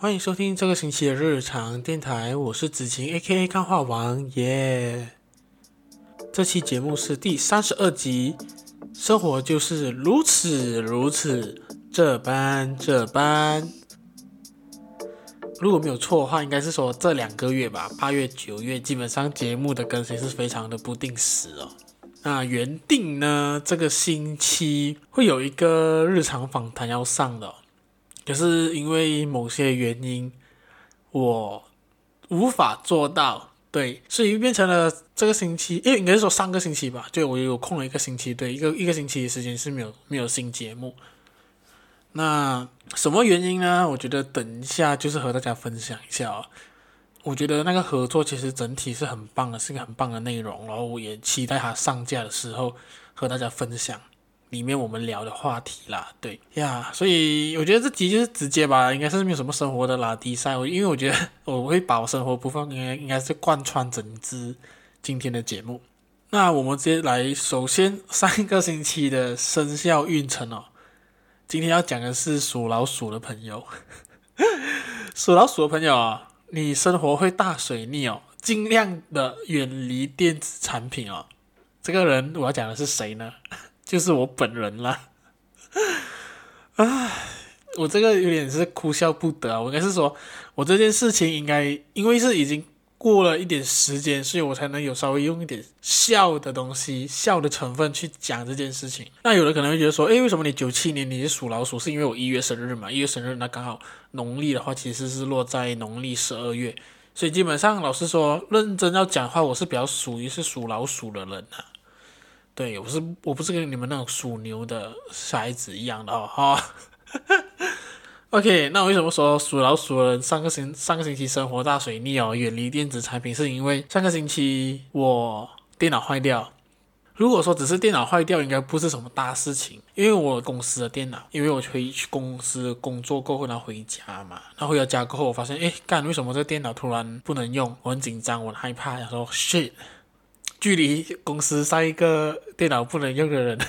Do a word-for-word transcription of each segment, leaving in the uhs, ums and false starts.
欢迎收听这个星期的日常电台，我是子晴 A K A 看画王耶。这期节目是第三十二集，生活就是如此如此，这般这般。如果没有错的话，应该是说这两个月吧，八月、九月，基本上节目的更新是非常的不定时哦。那原定呢，这个星期会有一个日常访谈要上的哦，可是因为某些原因，我无法做到，对，所以变成了这个星期，因为应该是说上个星期吧，就我有空了一个星期，对，一个一个星期的时间是没有没有新节目。那什么原因呢？我觉得等一下就是和大家分享一下哦。我觉得那个合作其实整体是很棒的，是一个很棒的内容，然后我也期待它上架的时候和大家分享里面我们聊的话题啦，对呀，所以我觉得这集就是直接吧，应该是没有什么生活的拉低赛，因为我觉得我会把我生活部分应该应该是贯穿整支今天的节目。那我们直接来，首先上一个星期的生肖运程哦，今天要讲的是属老鼠的朋友，属老鼠的朋友啊，你生活会大水逆哦，尽量的远离电子产品哦。这个人我要讲的是谁呢？就是我本人啦。唉，我这个有点是哭笑不得啊。我应该是说，我这件事情应该因为是已经过了一点时间，所以我才能有稍微用一点笑的东西、笑的成分去讲这件事情。那有的可能会觉得说，诶，为什么你九七年你是属老鼠？是因为我一月生日嘛？一月生日那刚好农历的话，其实是落在农历十二月，所以基本上老实说，认真要讲话，我是比较属于是属老鼠的人啊。对，我是我不是跟你们那种属牛的小孩子一样的哦，哈、哦。OK，那为什么说属老鼠的人上个星上个星期生活大水逆哦，远离电子产品，是因为上个星期我电脑坏掉。如果说只是电脑坏掉，应该不是什么大事情，因为我公司的电脑，因为我回去公司工作过后，然后回家嘛，然后回到家过后，我发现，诶，干，为什么这个电脑突然不能用？我很紧张，我很害怕，想说 shit。距离公司上一个电脑不能用的人，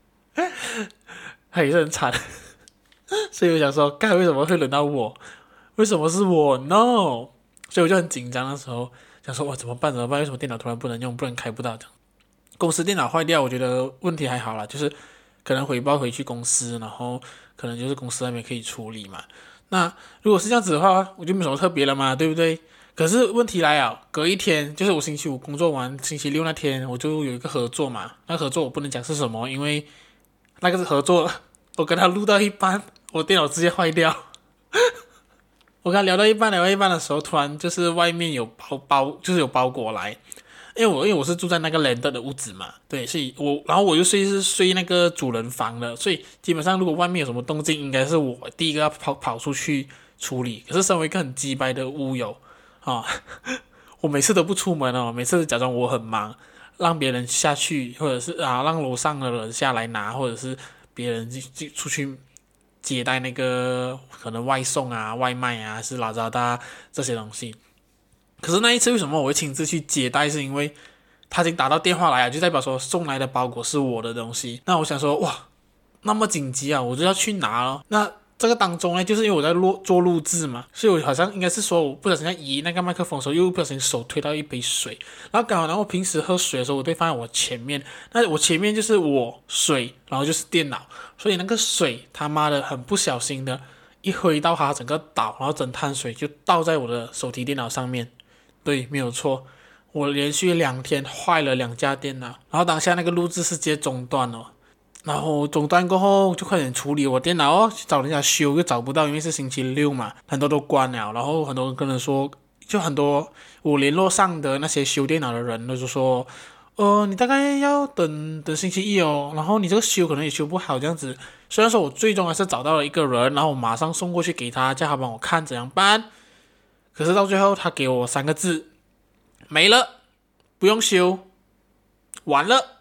他也是很惨，所以我想说，该为什么会轮到我？为什么是我 ？No！所以我就很紧张的时候，想说哇怎么办？怎么办？为什么电脑突然不能用，不能开不到这样？公司电脑坏掉，我觉得问题还好啦，就是可能回报回去公司，然后可能就是公司那边可以处理嘛。那如果是这样子的话，我就没什么特别了嘛，对不对？可是问题来了，隔一天就是我星期五工作完，星期六那天我就有一个合作嘛。那合作我不能讲是什么，因为那个合作我跟他录到一半，我电脑直接坏掉。我跟他聊到一半聊到一半的时候，突然就是外面有包包，就是有包裹来。因为我因为我是住在那个 landed 的屋子嘛，对，所以我然后我又睡是睡那个主人房的，所以基本上如果外面有什么动静，应该是我第一个要跑跑出去处理。可是身为一个很鸡掰的屋友啊，我每次都不出门哦，每次假装我很忙，让别人下去，或者是啊让楼上的人下来拿，或者是别人就出去接待那个可能外送啊、外卖啊，是拉扎达这些东西。可是那一次为什么我会亲自去接待？是因为他已经打到电话来了，就代表说送来的包裹是我的东西。那我想说，哇，那么紧急啊，我就要去拿了。那这个当中呢，就是因为我在录做录制嘛，所以我好像应该是说，我不小心在移那个麦克风的时候，又不小心手推到一杯水，然后刚好，然后我平时喝水的时候，我会放在我前面，那我前面就是我水，然后就是电脑，所以那个水他妈的很不小心的，一挥到它整个倒，然后整滩水就倒在我的手提电脑上面。对，没有错，我连续两天坏了两架电脑，然后当下那个录制是直接中断了，然后中断过后就快点处理我电脑哦，去找人家修又找不到，因为是星期六嘛，很多都关了，然后很多人跟人说，就很多我联络上的那些修电脑的人都就说，呃，你大概要等等星期一哦，然后你这个修可能也修不好这样子。虽然说我最终还是找到了一个人，然后我马上送过去给他，叫他帮我看怎样办。可是到最后，他给我三个字：没了，不用修，完了。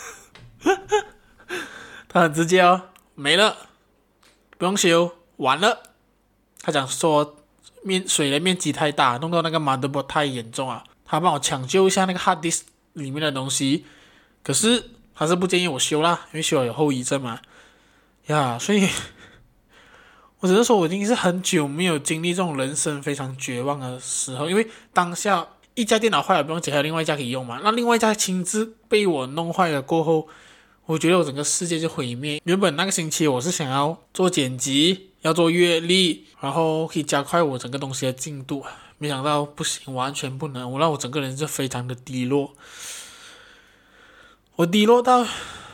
他很直接哦，没了，不用修，完了。他讲说面水的面积太大，弄到那个 motherboard 太严重啊，他帮我抢救一下那个 hard disk 里面的东西，可是他是不建议我修啦，因为修了有后遗症嘛。呀，所以我只是说我已经是很久没有经历这种人生非常绝望的时候，因为当下一家电脑坏了不用紧，还有另外一家可以用嘛，那另外一家亲自被我弄坏了过后，我觉得我整个世界就毁灭。原本那个星期我是想要做剪辑，要做阅历，然后可以加快我整个东西的进度，没想到不行，完全不能，我让我整个人就非常的低落，我低落到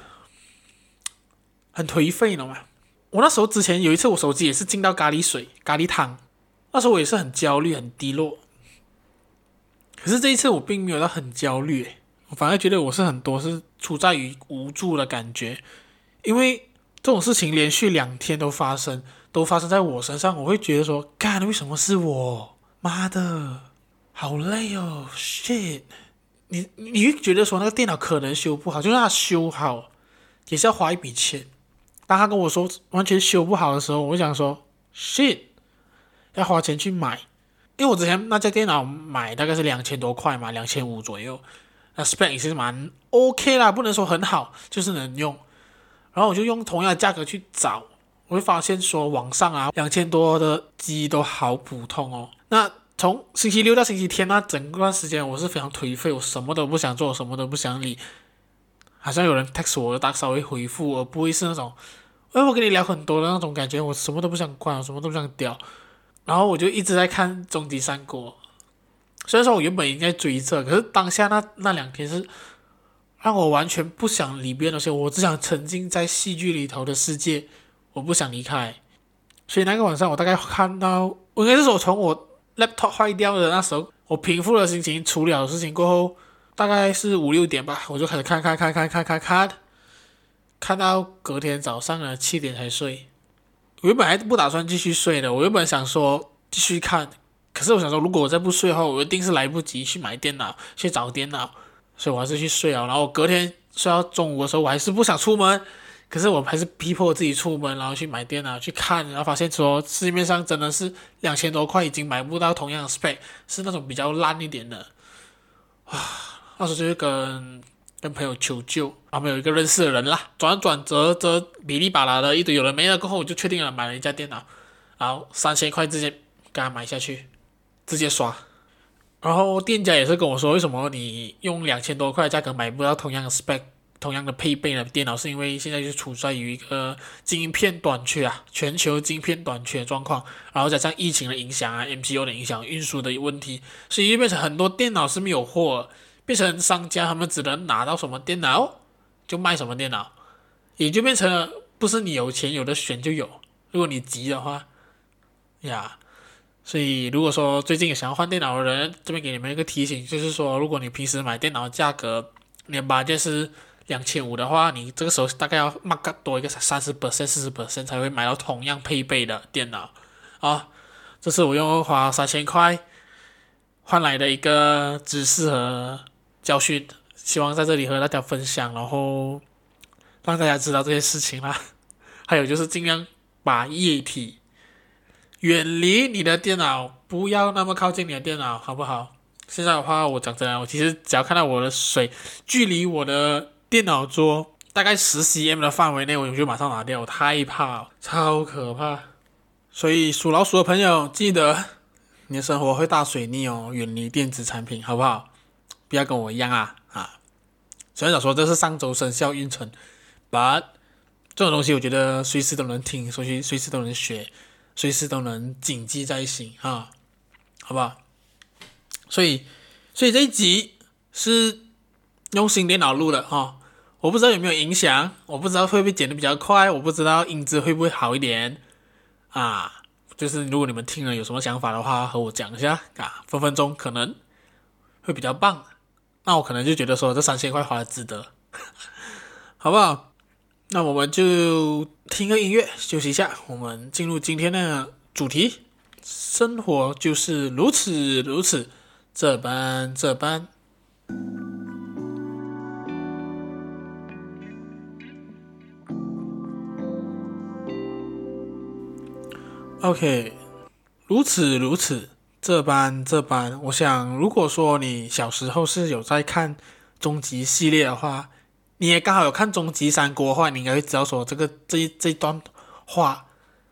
很颓废，你懂吗？我那时候之前有一次我手机也是进到咖喱水、咖喱汤，那时候我也是很焦虑、很低落。可是这一次我并没有到很焦虑，我反而觉得我是很多是处在于无助的感觉，因为这种事情连续两天都发生，都发生在我身上，我会觉得说，干，为什么是我？妈的，好累哦 ，shit！你你会觉得说那个电脑可能修不好，就算它修好，也是要花一笔钱。当他跟我说完全修不好的时候，我就想说 shit， 要花钱去买。因为我之前那家电脑买大概是两千多块嘛，两千五左右，那 spec 也是蛮 OK 啦，不能说很好，就是能用。然后我就用同样的价格去找，我会发现说网上啊两千多的机都好普通哦。那从星期六到星期天那整段时间我是非常颓废，我什么都不想做，什么都不想理。好像有人 text 我，大稍微回复，而不会是那种，哎，我跟你聊很多的那种感觉，我什么都不想管，我什么都不想屌。然后我就一直在看终极三国，虽然说我原本应该追这，可是当下那那两天是让我完全不想理别的东西，我只想沉浸在戏剧里头的世界，我不想离开。所以那个晚上我大概看到，我应该是说从我 laptop 坏掉的那时候，我平复了心情，处理好事情过后，大概是五六点吧，我就开始看看看看看看看，看到隔天早上的七点才睡。我原本还不打算继续睡的，我原本想说继续看，可是我想说，如果我再不睡的话，我一定是来不及去买电脑，去找电脑，所以我还是去睡了。然后我隔天睡到中午的时候，我还是不想出门，可是我还是逼迫自己出门，然后去买电脑去看，然后发现说市面上真的是两千多块已经买不到同样的 spec， 是那种比较烂一点的。啊，那时候就是跟跟朋友求救，他们有一个认识的人啦，转转折折比例巴拉的一堆有人没了过后，我就确定了买了一架电脑，然后三千块直接给他买下去，直接刷。然后店家也是跟我说，为什么你用两千多块的价格买不到同样的 spec、同样的配备的电脑，是因为现在就处在于一个晶片短缺啊，全球晶片短缺状况，然后加上疫情的影响啊 ，M C U 的影响，运输的问题，所以就变成很多电脑是没有货，变成商家他们只能拿到什么电脑就卖什么电脑，也就变成了不是你有钱有的选就有，如果你急的话呀。所以如果说最近想要换电脑的人，这边给你们一个提醒，就是说如果你平时买电脑的价格，你的 budget 是两千五的话，你这个时候大概要 mark 多一个三十 percent 四十 percent 才会买到同样配备的电脑啊。这是我用花三千块换来的一个知识和教训，希望在这里和大家分享，然后让大家知道这些事情啦。还有就是尽量把液体远离你的电脑，不要那么靠近你的电脑，好不好？现在的话，我讲真的，我其实只要看到我的水距离我的电脑桌大概十 cm 的范围内，我就马上拿掉，我太怕，超可怕。所以属老鼠的朋友，记得你的生活会大水逆哦，远离电子产品，好不好？不要跟我一样啊啊！虽然讲说这是上周生肖运程 ，but 这种东西我觉得随时都能听，随时随时都能学。随时都能谨记在心啊，好不好？所以，所以这一集是用新电脑录的哈，我不知道有没有影响，我不知道会不会剪得比较快，我不知道音质会不会好一点啊。就是如果你们听了有什么想法的话，和我讲一下啊，分分钟可能会比较棒。那我可能就觉得说这三千块花的值得，好不好？那我们就听个音乐休息一下，我们进入今天的主题。生活就是如此如此，这般这般。OK， 如此如此，这般这般。我想，如果说你小时候是有在看终极系列的话，你也刚好有看终极三国的话，你应该会知道说这个这这段话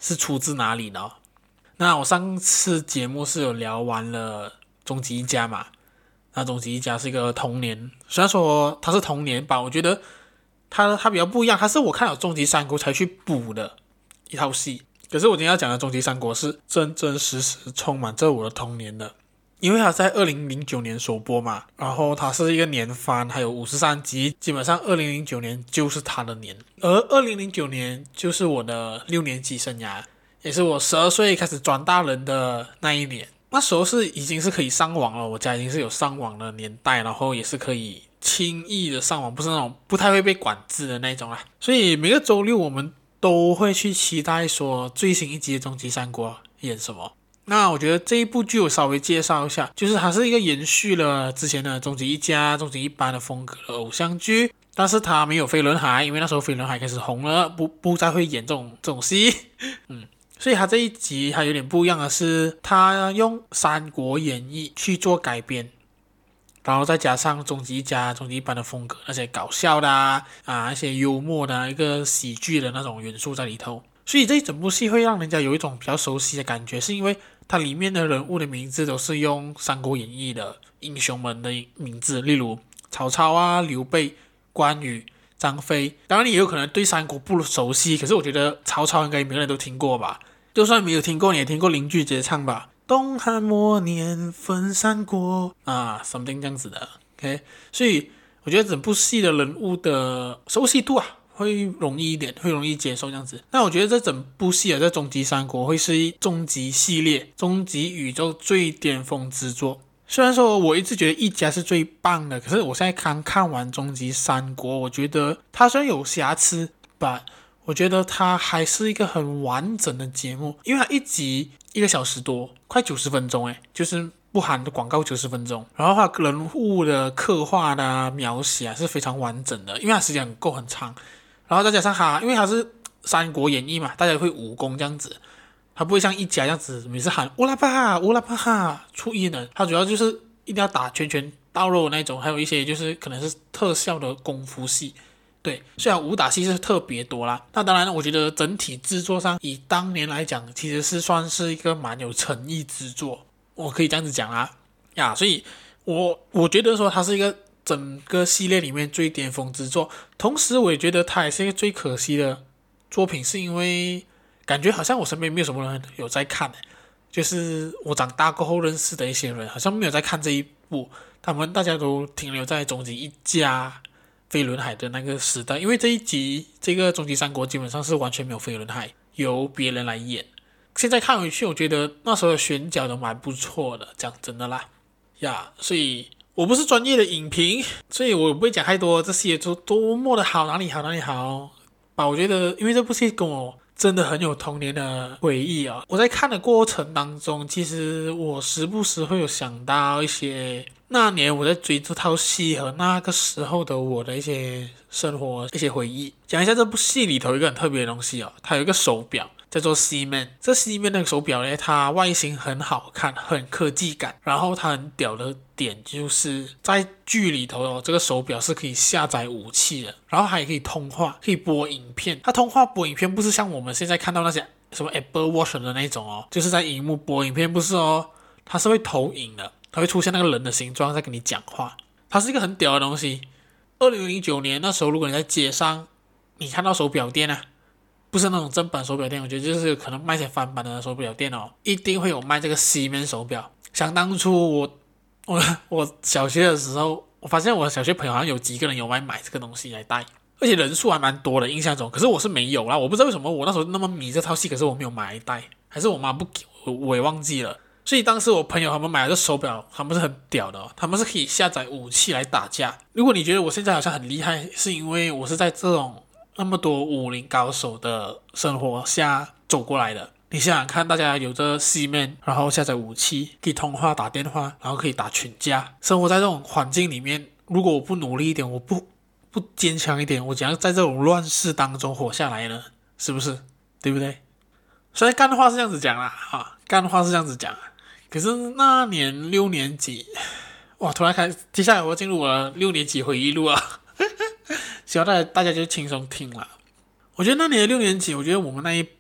是出自哪里呢？那我上次节目是有聊完了终极一家嘛，那终极一家是一个童年，虽然说它是童年吧，我觉得它它比较不一样，它是我看了终极三国才去补的一套戏。可是我今天要讲的终极三国是真真实实充满着我的童年的，因为它在二零零九年首播嘛，然后它是一个年番，还有五十三集，基本上二零零九年就是它的年，而二零零九年就是我的六年级生涯，也是我十二岁开始转大人的那一年。那时候是已经是可以上网了，我家已经是有上网的年代，然后也是可以轻易的上网，不是那种不太会被管制的那种啦。所以每个周六我们都会去期待说最新一集的终极三国演什么。那我觉得这一部剧我稍微介绍一下，就是它是一个延续了之前的终极一家、终极一班的风格的偶像剧，但是它没有飞轮海，因为那时候飞轮海开始红了，不不再会演这种这种戏。嗯，所以它这一集它有点不一样的是，它用《三国演义》去做改编，然后再加上终极一家、终极一班的风格，那些搞笑的啊，啊那些幽默的、啊、一个喜剧的那种元素在里头。所以这一整部戏会让人家有一种比较熟悉的感觉，是因为它里面的人物的名字都是用《三国演义》的英雄们的名字，例如曹操啊、刘备、关羽、张飞。当然你也有可能对三国不熟悉，可是我觉得曹操应该每个人都听过吧，就算没有听过你也听过邻居节唱吧，东汉末年分三国啊 something 这样子的 OK。 所以我觉得整部戏的人物的熟悉度啊会容易一点，会容易接受这样子。那我觉得这整部戏啊，这终极三国会是终极系列、终极宇宙最巅峰之作。虽然说我一直觉得一家是最棒的，可是我现在刚看完终极三国，我觉得它虽然有瑕疵吧，我觉得它还是一个很完整的节目，因为它一集一个小时多，快九十分钟诶，就是不含的广告九十分钟，然后它人物的刻画的、啊、描写、啊、是非常完整的，因为它时间很够很长。然后再加上它，因为它是三国演义嘛，大家会武功这样子，它不会像一家这样子每次喊乌拉巴乌拉巴出一人，它主要就是一定要打拳拳到肉那种，还有一些就是可能是特效的功夫戏。对，虽然武打戏是特别多啦，那当然我觉得整体制作上以当年来讲，其实是算是一个蛮有诚意之作，我可以这样子讲啦呀，所以我我觉得说它是一个整个系列里面最巅峰之作，同时我也觉得它也是一个最可惜的作品，是因为感觉好像我身边没有什么人有在看，就是我长大过后认识的一些人好像没有在看这一部，他们大家都停留在终极一家、飞轮海的那个时代，因为这一集这个终极三国基本上是完全没有飞轮海，由别人来演。现在看回去，我觉得那时候的选角都蛮不错的，讲真的啦呀，所以我不是专业的影评，所以我不会讲太多这些多多么的好，哪里好哪里好吧。我觉得因为这部戏跟我真的很有童年的回忆啊，我在看的过程当中，其实我时不时会有想到一些那年我在追这套戏和那个时候的我的一些生活一些回忆。讲一下这部戏里头一个很特别的东西哦，它有一个手表叫做 Seaman， 这 Seaman 那个手表呢，它外形很好看，很科技感，然后它很屌的点就是在剧里头哦，这个手表是可以下载武器的，然后还可以通话，可以播影片。它通话播影片不是像我们现在看到那些什么 Apple Watch 的那种哦，就是在荧幕播影片，不是哦，它是会投影的，它会出现那个人的形状在跟你讲话，它是一个很屌的东西。二零零九年那时候，如果你在街上你看到手表店啊，不是那种正版手表店，我觉得就是有可能卖些翻版的手表店哦，一定会有卖这个 Seaman 手表。想当初我我我小学的时候，我发现我小学朋友好像有几个人有买买这个东西来戴，而且人数还蛮多的，印象中。可是我是没有啦，我不知道为什么我那时候那么迷这套戏，可是我没有买来戴，还是我妈不给我，我也忘记了。所以当时我朋友他们买的这手表，他们是很屌的哦，他们是可以下载武器来打架。如果你觉得我现在好像很厉害，是因为我是在这种那么多武林高手的生活下走过来的。你想想看，大家有着 Seaman， 然后下载武器，可以通话打电话，然后可以打群架，生活在这种环境里面，如果我不努力一点，我不不坚强一点，我怎样在这种乱世当中活下来呢？是不是？对不对？虽然干话是这样子讲啦，啊，干话是这样子讲，可是那年六年级，哇，突然开，接下来我要进入我的六年级回忆录啊，希望大家大家就轻松听啦。我觉得那年的六年级，我觉得我们那一班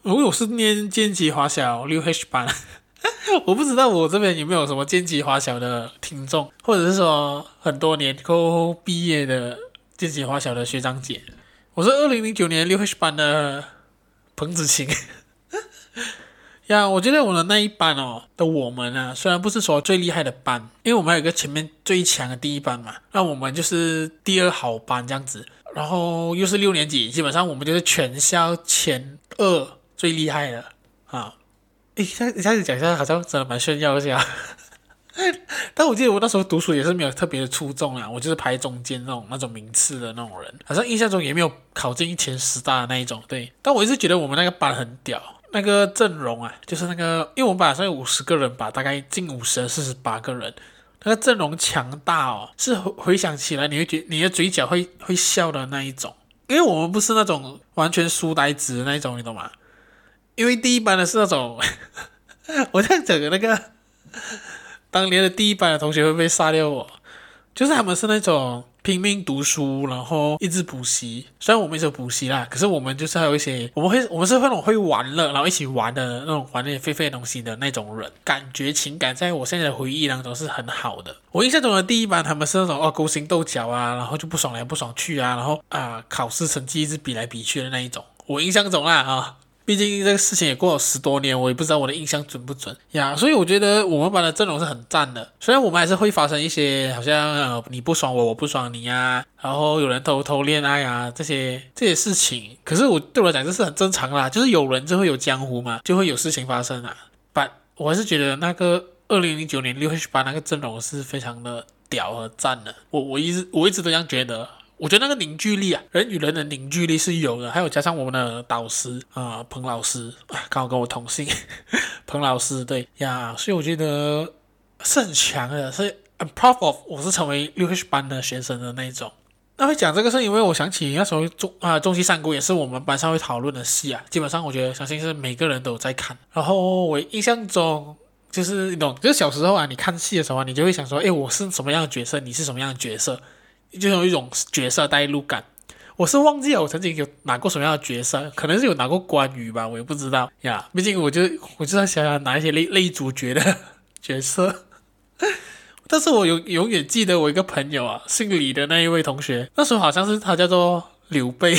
因为我是念剑击华小六 H 班，我不知道我这边有没有什么剑击华小的听众，或者是说很多年后毕业的剑击华小的学长姐。我是二零零九年六 H 班的彭子晴。呀，我觉得我的那一班哦的我们啊，虽然不是说最厉害的班，因为我们还有一个前面最强的第一班嘛，那我们就是第二好班这样子，然后又是六年级，基本上我们就是全校前二最厉害的啊。诶，这样这样子讲一下，好像真的蛮炫耀一下。但我记得我那时候读书也是没有特别的出众啊，我就是排中间那种那种名次的那种人，好像印象中也没有考进前十大的那一种。对，但我一直觉得我们那个班很屌。那个阵容啊，就是那个，因为我们班上有五十个人吧，大概近五十、四十八个人，那个阵容强大哦，是回想起来你会觉你的嘴角会会笑的那一种。因为我们不是那种完全书呆子的那一种，你懂吗？因为第一班的是那种，我这样讲的那个，当年的第一班的同学会不会杀掉我？就是他们是那种拼命读书，然后一直补习。虽然我们也是有补习啦，可是我们就是还有一些，我们会我们是那种会玩乐，然后一起玩的那种玩那些废废的东西的那种人，感觉情感在我现在的回忆当中是很好的。我印象中的第一班他们是那种哦勾心斗角啊，然后就不爽来不爽去啊，然后啊考试成绩一直比来比去的那一种。我印象中啦啊。毕竟这个事情也过了十多年，我也不知道我的印象准不准呀，所以我觉得我们班的阵容是很赞的。虽然我们还是会发生一些好像呃你不爽我，我不爽你啊，然后有人偷偷恋爱啊这些这些事情，可是我对我来讲这是很正常啦，就是有人就会有江湖嘛，就会有事情发生啊。但我还是觉得那个二零零九年六 H 班那个阵容是非常的屌和赞的，我我一直我一直都这样觉得。我觉得那个凝聚力啊，人与人的凝聚力是有的，还有加上我们的导师啊、呃，彭老师，刚好跟我同姓，彭老师对呀，所以我觉得是很强的，是 I'm proud of 我是成为六 H 班的学生的那一种。那会讲这个是因为我想起那时候中啊中西三国也是我们班上会讨论的戏啊，基本上我觉得相信是每个人都有在看。然后我印象中就是你懂，就是小时候啊，你看戏的时候啊，你就会想说，诶，我是什么样的角色，你是什么样的角色。就有一种角色代入感，我是忘记了我曾经有拿过什么样的角色，可能是有拿过关羽吧，我也不知道呀。毕竟我就我就在想想拿一些类类主角的角色，但是我永永远记得我一个朋友啊，姓李的那一位同学，那时候好像是他叫做刘备，因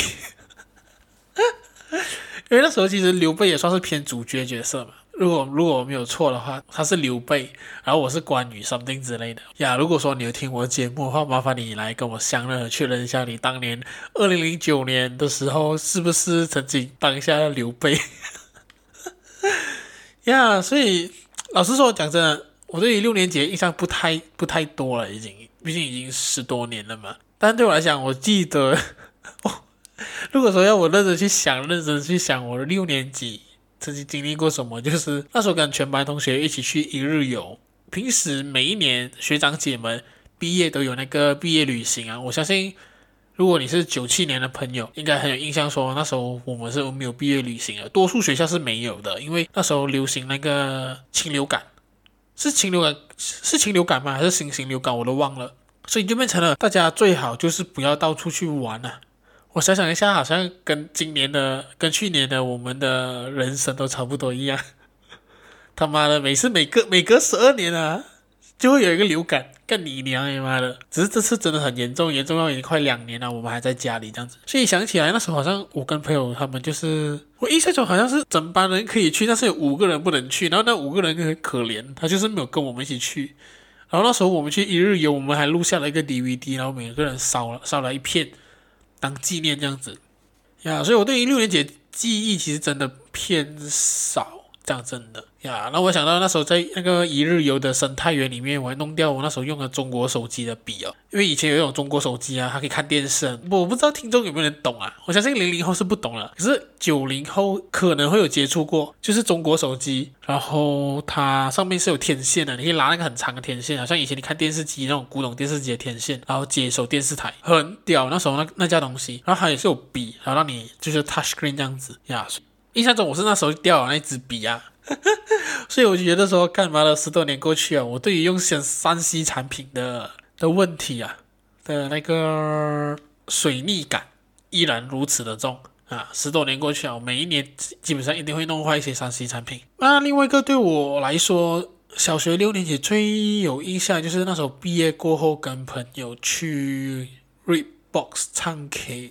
为那时候其实刘备也算是偏主角角色嘛。如果如果我没有错的话，他是刘备，然后我是关羽 something 之类的呀。如果说你有听我的节目的话，麻烦你来跟我相认确认一下，你当年二零零九年的时候是不是曾经当一下刘备呀？所以老实说，讲真的，我对于六年级的印象不太不太多了，已经，毕竟已经十多年了嘛。但对我来讲，我记得，哦，如果说要我认真去想，认真去想我的六年级。曾经经历过什么？就是那时候跟全班同学一起去一日游。平时每一年学长姐们毕业都有那个毕业旅行啊。我相信，如果你是九七年的朋友，应该很有印象说，那时候我们是没有毕业旅行的，多数学校是没有的，因为那时候流行那个禽流感，是禽流感是禽流感吗？还是新型流感？我都忘了。所以就变成了大家最好就是不要到处去玩啊。我想想一下，好像跟今年的、跟去年的我们的人生都差不多一样。他妈的，每次每隔每隔十二年啊，就会有一个流感，干你娘呀妈的！只是这次真的很严重，严重到已经快两年了，我们还在家里这样子。所以想起来那时候好像我跟朋友他们就是，我印象中好像是整班人可以去，但是有五个人不能去，然后那五个人很可怜，他就是没有跟我们一起去。然后那时候我们去一日游，我们还录下了一个 D V D， 然后每个人烧了烧了一片。当纪念这样子呀，所以我对于六年级的记忆其实真的偏少，讲真的呀。那我想到那时候在那个一日游的生态园里面，我还弄掉我那时候用的中国手机的笔哦，因为以前有一种中国手机啊，它可以看电视。我不知道听众有没有人懂啊？我相信零零后是不懂了，可是九零后可能会有接触过，就是中国手机，然后它上面是有天线的，你可以拉那个很长的天线，好像以前你看电视机那种古董电视机的天线，然后接收电视台，很屌。那时候那那家东西，然后它也是有笔，然后让你就是 touch screen 这样子呀。印象中我是那时候掉了那支笔啊。所以我觉得说，干嘛了？十多年过去啊，我对于用三 C 产品的的问题啊的那个水逆感依然如此的重啊，十多年过去了，每一年基本上一定会弄坏一些三 C 产品。那另外一个对我来说，小学六年级最有印象就是那时候毕业过后跟朋友去 Redbox 唱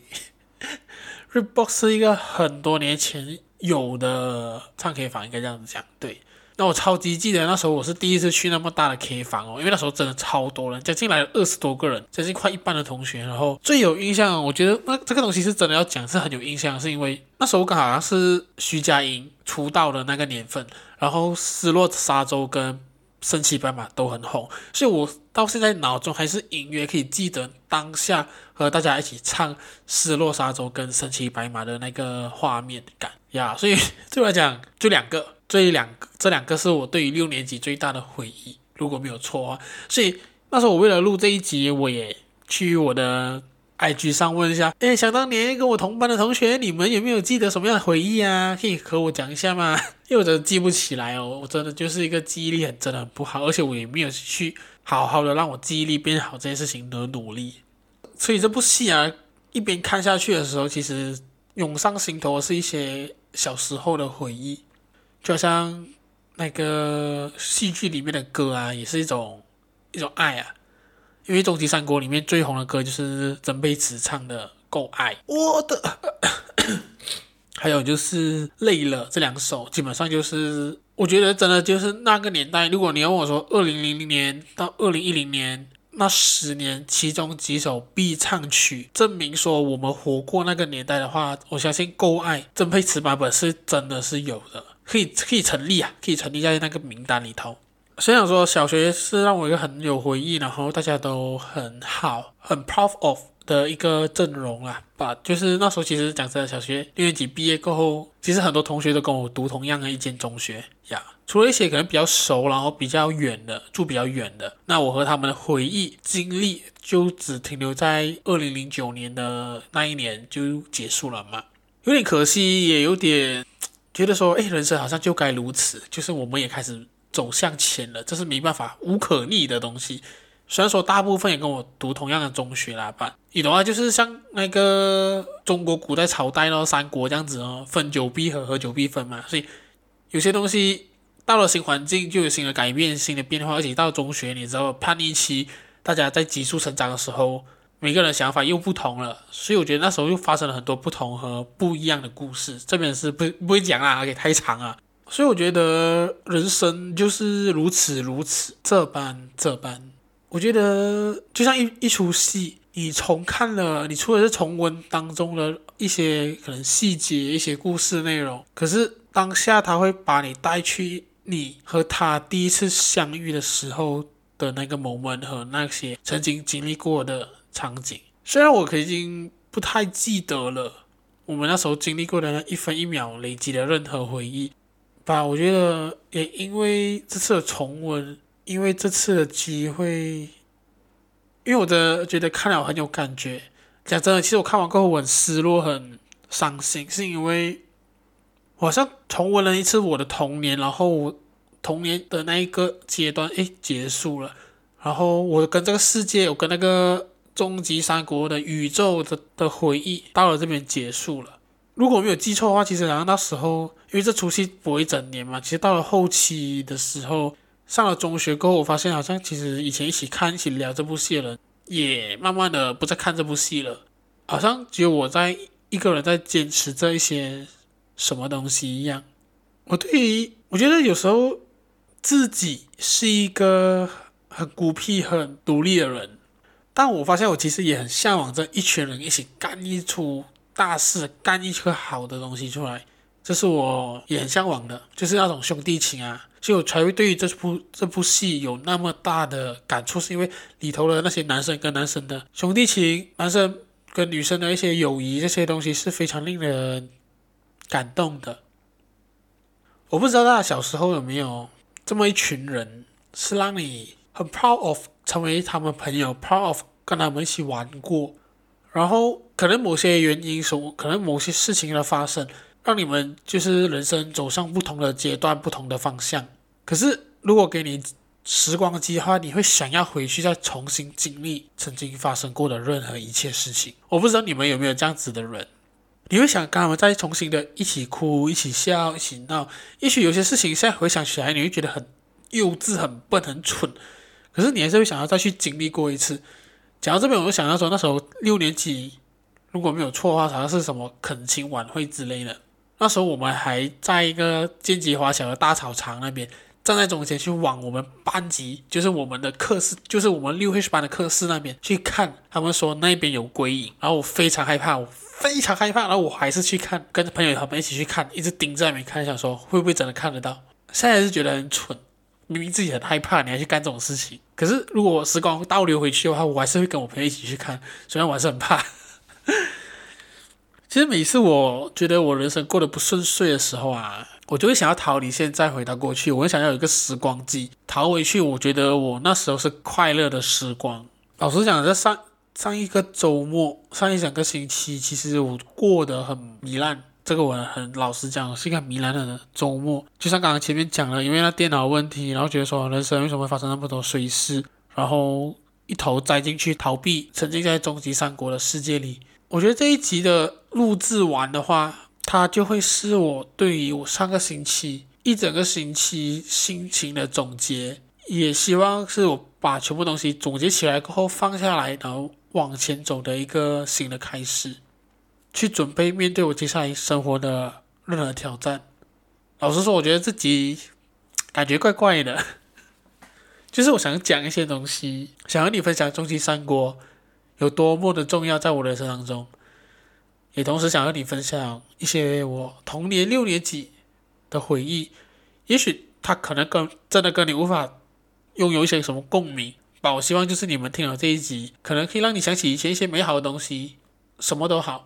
K。Redbox 是一个很多年前有的唱 K 房，应该这样子讲。对，那我超级记得那时候我是第一次去那么大的 K 房哦，因为那时候真的超多人，将近来了二十多个人，将近快一半的同学。然后最有印象，我觉得那这个东西是真的要讲，是很有印象，是因为那时候刚好是徐佳莹出道的那个年份，然后失落沙洲跟神奇白马都很红，所以我到现在脑中还是隐约可以记得当下和大家一起唱失落沙洲跟神奇白马的那个画面感呀。所以对我来讲，就两个，这两个这两个是我对于六年级最大的回忆，如果没有错的话。所以那时候我为了录这一集，我也去我的 I G 上问一下，哎，想当年跟我同班的同学，你们有没有记得什么样的回忆啊？可以和我讲一下吗？因为我真的记不起来哦，我真的就是一个记忆力很真的很不好，而且我也没有去好好的让我记忆力变好这件事情的努力。所以这部戏啊，一边看下去的时候，其实涌上心头的是一些小时候的回忆，就好像那个戏剧里面的歌啊，也是一种一种爱啊。因为终极三国里面最红的歌就是曾沛慈唱的《够爱》，我的，还有就是累了这两首，基本上就是我觉得真的就是那个年代。如果你要问我说，二零零零年到二零一零年那十年，其中几首必唱曲，证明说我们活过那个年代的话，我相信《够爱》曾沛慈版本是真的是有的，可以可以成立啊，可以成立在那个名单里头。所以想说，小学是让我一个很有回忆，然后大家都很好，很 proud of 的一个阵容啦。吧，就是那时候其实讲真的，小学六年级毕业过后，其实很多同学都跟我读同样的一间中学呀。除了一些可能比较熟，然后比较远的，住比较远的，那我和他们的回忆经历就只停留在二零零九年的那一年就结束了嘛。有点可惜，也有点觉得说，哎，人生好像就该如此，就是我们也开始走向前了，这是没办法无可逆的东西。虽然说大部分也跟我读同样的中学啦，吧，你懂啊，就是像那个中国古代朝代咯，三国这样子哦，分久必合，合久必分嘛，所以有些东西到了新环境就有新的改变、新的变化，而且到中学你知道叛逆期，大家在急速成长的时候，每个人的想法又不同了，所以我觉得那时候又发生了很多不同和不一样的故事。这边是不不会讲啦，而且太长啊。所以我觉得人生就是如此如此，这般这般。我觉得就像一一出戏，你重看了，你除了是重温当中的一些可能细节、一些故事内容，可是当下他会把你带去你和他第一次相遇的时候的那个 moment 和那些曾经经历过的场景。虽然我已经不太记得了我们那时候经历过的那一分一秒累积的任何回忆吧，我觉得也因为这次的重温，因为这次的机会，因为我真的觉得看了很有感觉。讲真的，其实我看完过后我很失落、很伤心，是因为我好像重温了一次我的童年，然后我童年的那一个阶段，诶，结束了。然后我跟这个世界，我跟那个终极三国的宇宙的的回忆，到了这边结束了。如果我没有记错的话，其实好像那时候，因为这出戏播一整年嘛，其实到了后期的时候，上了中学过后，我发现好像其实以前一起看、一起聊这部戏的人，也慢慢的不再看这部戏了，好像只有我在一个人在坚持这一些什么东西一样。我对于我觉得有时候自己是一个很孤僻、很独立的人，但我发现我其实也很向往着一群人一起干一出大事，干一颗好的东西出来，这是我也很向往的，就是那种兄弟情啊。所以我才会对于这部这部戏有那么大的感触，是因为里头的那些男生跟男生的兄弟情，男生跟女生的一些友谊，这些东西是非常令人感动的。我不知道大家小时候有没有这么一群人，是让你很 proud of 成为他们朋友 ，proud of 跟他们一起玩过，然后可能某些原因，可能某些事情的发生，让你们就是人生走上不同的阶段、不同的方向。可是如果给你时光机的话，你会想要回去再重新经历曾经发生过的任何一切事情。我不知道你们有没有这样子的人， 你会想跟他们再重新的一起哭、一起笑、一起闹。也许有些事情现在回想起来，你会觉得很幼稚、很笨、很蠢，可是你还是会想要再去经历过一次。讲到这边，我就想到说，那时候六年级，如果没有错的话，好像是什么恳亲晚会之类的。那时候我们还在一个剑击华小的大操场那边，站在中间去往我们班级，就是我们的课室，就是我们六 H 班的课室那边去看。他们说那边有鬼影，然后我非常害怕，我非常害怕，然后我还是去看，跟朋友他们一起去看，一直盯在那边看，想说会不会真的看得到。现在是觉得很蠢，明明自己很害怕，你还去干这种事情。可是如果时光倒流回去的话，我还是会跟我朋友一起去看，虽然我还是很怕。其实每次我觉得我人生过得不顺遂的时候啊，我就会想要逃离现在，回到过去。我会想要有一个时光机，逃回去。我觉得我那时候是快乐的时光。老实讲，在上上一个周末，上一整个星期，其实我过得很糜烂。这个我很老实讲，是一个很糜烂的周末。就像刚刚前面讲了，因为那电脑问题，然后觉得说人生为什么会发生那么多衰事，然后一头栽进去逃避，沉浸在终极三国的世界里。我觉得这一集的录制完的话，它就会是我对于我上个星期一整个星期心情的总结，也希望是我把全部东西总结起来过后放下来，然后往前走的一个新的开始，去准备面对我接下来生活的任何挑战。老实说，我觉得自己感觉怪怪的，就是我想讲一些东西，想和你分享终极三国有多么的重要在我的人生当中，也同时想和你分享一些我童年六年级的回忆。也许它可能跟真的跟你无法拥有一些什么共鸣吧。我希望就是你们听了这一集，可能可以让你想起以前一些美好的东西，什么都好。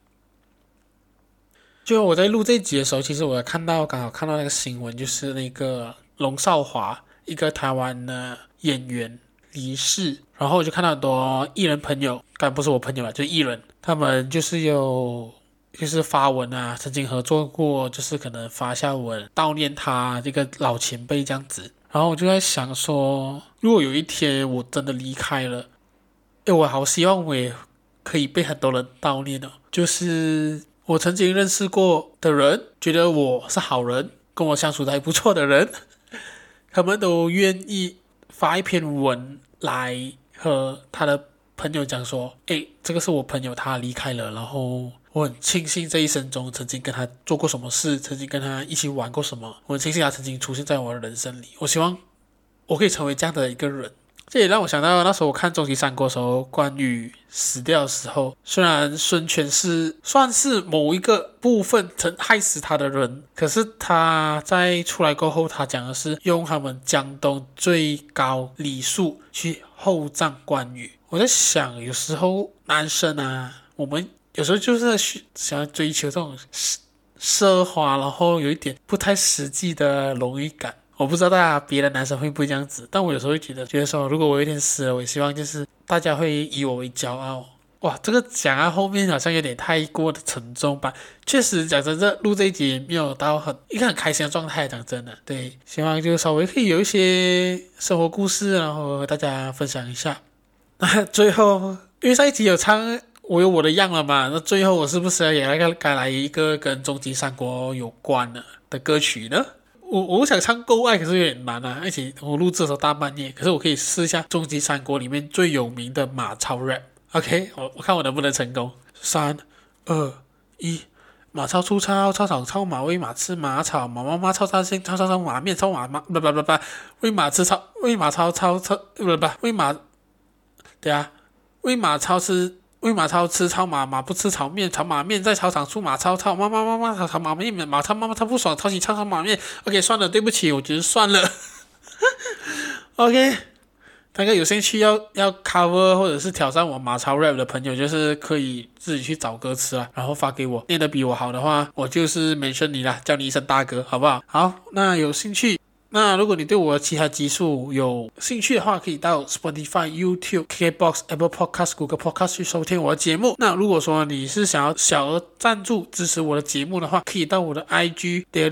就我在录这一集的时候，其实我看到刚好看到那个新闻，就是那个龙少华，一个台湾的演员离世，然后我就看到很多艺人朋友，当然不是我朋友啦，就是艺人，他们就是有就是发文啊，曾经合作过，就是可能发下文悼念他这个老前辈这样子。然后我就在想说，如果有一天我真的离开了，诶，我好希望我也可以被很多人悼念哦，就是我曾经认识过的人，觉得我是好人，跟我相处的还不错的人，他们都愿意发一篇文来和他的朋友讲说，诶，这个是我朋友，他离开了，然后我很庆幸这一生中曾经跟他做过什么事，曾经跟他一起玩过什么，我很庆幸他曾经出现在我的人生里。我希望我可以成为这样的一个人。这也让我想到那时候我看终极三国的时候，关羽死掉的时候，虽然孙权是算是某一个部分曾害死他的人，可是他在出来过后，他讲的是用他们江东最高礼数去厚葬关羽。我在想，有时候男生啊，我们有时候就是想要追求这种奢华，然后有一点不太实际的荣誉感。我不知道大家别的男生会不会这样子，但我有时候会觉得，觉得说，如果我有一天死了，我也希望就是大家会以我为骄傲。哇，这个讲到后面好像有点太过的沉重吧。确实，讲真的，录这一集没有到很一个很开心的状态，讲真的，对，希望就稍微可以有一些生活故事，然后和大家分享一下。那最后，因为上一集有唱我有我的样了嘛，那最后我是不是也要该来一个跟终极三国有关的的歌曲呢？我我想唱够爱，可是有点难啊，而且我录制的时候大半夜，可是我可以试一下终极三国里面最有名的马超 rap。OK， 我我看我能不能成功。三二一，马超出操，操场操马，喂马吃马草，马妈妈操操心，操操操马面，操马妈不不不不，喂马吃操，喂马超操操不不喂马，对啊，喂马超吃。喂马超吃操马，马不吃炒面，炒马面在操场出马超操，妈妈妈妈炒炒马面，马超妈妈超不爽，超起操炒马面。OK， 算了，对不起，我觉得算了。OK， 大家有兴趣要要 cover 或者是挑战我马超 rap 的朋友，就是可以自己去找歌词啊，然后发给我。念得比我好的话，我就是 mention 你啦，叫你一声大哥，好不好？好，那有兴趣。那如果你对我的其他集数有兴趣的话，可以到 Spotify、YouTube、K K B O X、Apple Podcast、Google Podcast 去收听我的节目。那如果说你是想要小额赞助支持我的节目的话，可以到我的 I G Daily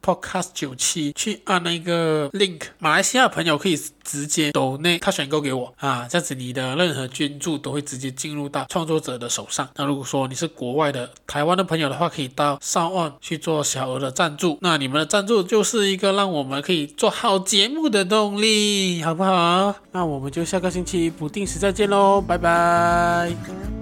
podcast 九七去按那个 link， 马来西亚的朋友可以直接抖内他选购给我啊，这样子你的任何捐助都会直接进入到创作者的手上。那如果说你是国外的台湾的朋友的话，可以到 SoundOn 去做小额的赞助，那你们的赞助就是一个让我们可以做好节目的动力，好不好？那我们就下个星期不定时再见咯，拜拜。